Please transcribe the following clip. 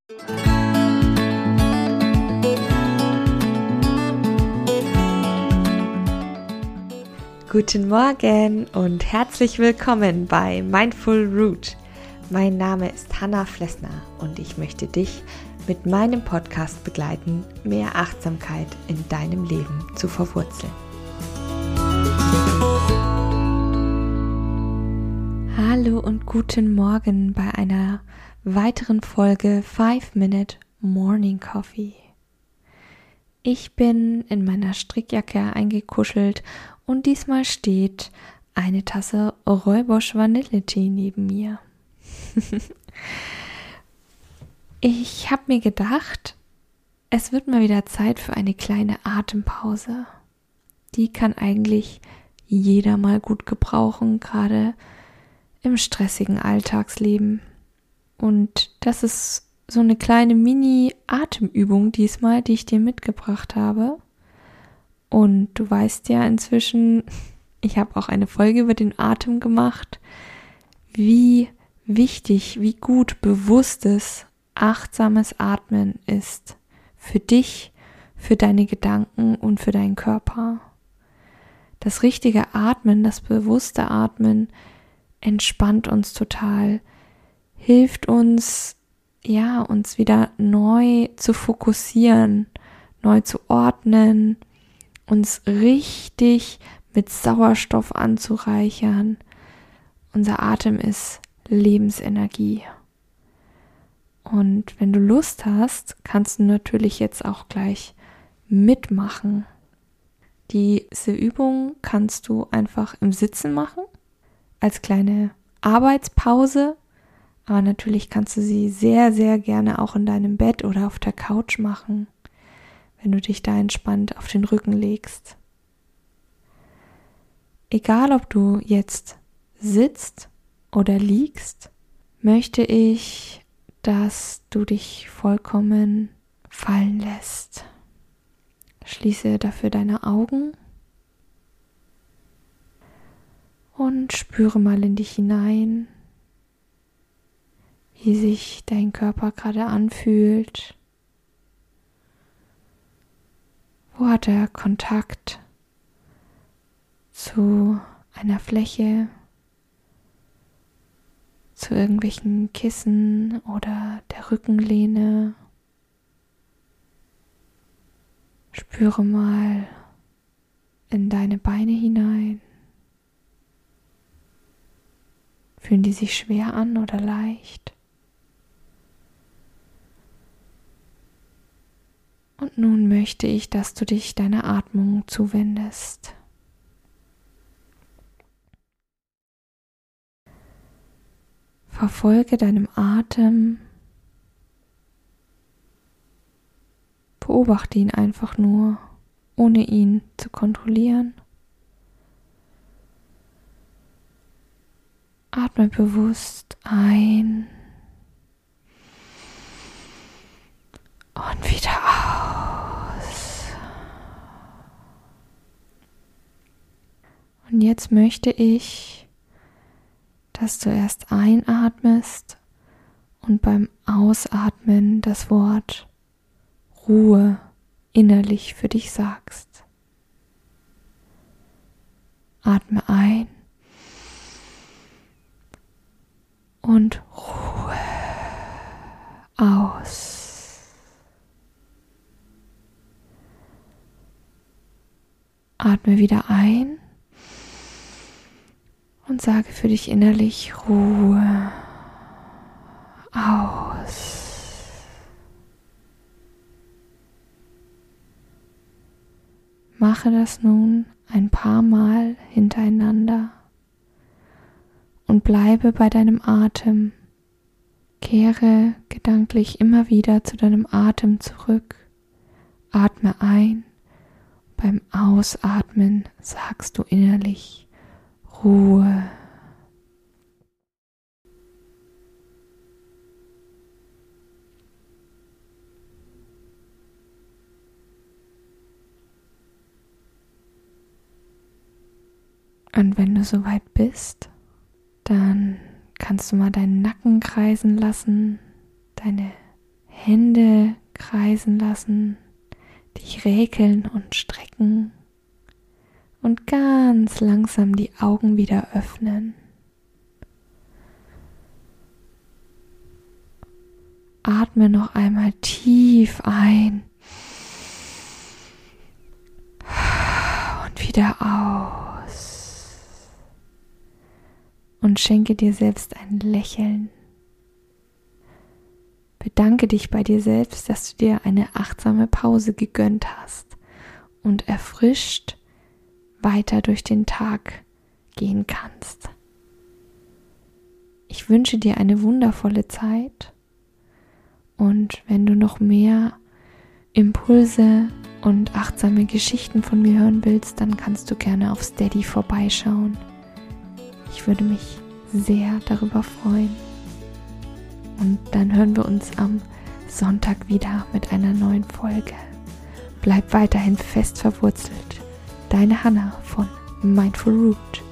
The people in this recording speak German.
Guten Morgen und herzlich willkommen bei Mindful Root. Mein Name ist Hannah Flessner und ich möchte dich mit meinem Podcast begleiten, mehr Achtsamkeit in deinem Leben zu verwurzeln. Hallo und guten Morgen bei einer weiteren Folge 5-Minute Morning Coffee. Ich bin in meiner Strickjacke eingekuschelt und diesmal steht eine Tasse Rooibos Vanilletee neben mir. Ich habe mir gedacht, es wird mal wieder Zeit für eine kleine Atempause. Die kann eigentlich jeder mal gut gebrauchen, gerade im stressigen Alltagsleben. Und das ist so eine kleine Mini-Atemübung diesmal, die ich dir mitgebracht habe. Und du weißt ja inzwischen, ich habe auch eine Folge über den Atem gemacht, wie wichtig, wie gut bewusstes, achtsames Atmen ist für dich, für deine Gedanken und für deinen Körper. Das richtige Atmen, das bewusste Atmen entspannt uns total, hilft uns, uns wieder neu zu fokussieren, neu zu ordnen, uns richtig mit Sauerstoff anzureichern. Unser Atem ist Lebensenergie. Und wenn du Lust hast, kannst du natürlich jetzt auch gleich mitmachen. Diese Übung kannst du einfach im Sitzen machen, als kleine Arbeitspause. Aber natürlich kannst du sie sehr, sehr gerne auch in deinem Bett oder auf der Couch machen, wenn du dich da entspannt auf den Rücken legst. Egal, ob du jetzt sitzt oder liegst, möchte ich, dass du dich vollkommen fallen lässt. Schließe dafür deine Augen und spüre mal in dich hinein, wie sich dein Körper gerade anfühlt. Wo hat er Kontakt zu einer Fläche, zu irgendwelchen Kissen oder der Rückenlehne? Spüre mal in deine Beine hinein. Fühlen die sich schwer an oder leicht? Und nun möchte ich, dass du dich deiner Atmung zuwendest. Verfolge deinem Atem. Beobachte ihn einfach nur, ohne ihn zu kontrollieren. Atme bewusst ein und wieder aus. Und jetzt möchte ich, dass du erst einatmest und beim Ausatmen das Wort Ruhe innerlich für dich sagst. Atme ein und Ruhe aus. Atme wieder ein und sage für dich innerlich Ruhe aus. Mache das nun ein paar Mal hintereinander und bleibe bei deinem Atem. Kehre gedanklich immer wieder zu deinem Atem zurück. Atme ein. Beim Ausatmen sagst du innerlich Ruhe. Und wenn du soweit bist, dann kannst du mal deinen Nacken kreisen lassen, deine Hände kreisen lassen, dich räkeln und strecken und ganz langsam die Augen wieder öffnen. Atme noch einmal tief ein und wieder aus und schenke dir selbst ein Lächeln. Bedanke dich bei dir selbst, dass du dir eine achtsame Pause gegönnt hast und erfrischt weiter durch den Tag gehen kannst. Ich wünsche dir eine wundervolle Zeit und wenn du noch mehr Impulse und achtsame Geschichten von mir hören willst, dann kannst du gerne auf Steady vorbeischauen. Ich würde mich sehr darüber freuen. Und dann hören wir uns am Sonntag wieder mit einer neuen Folge. Bleib weiterhin fest verwurzelt. Deine Hannah von Mindful Root.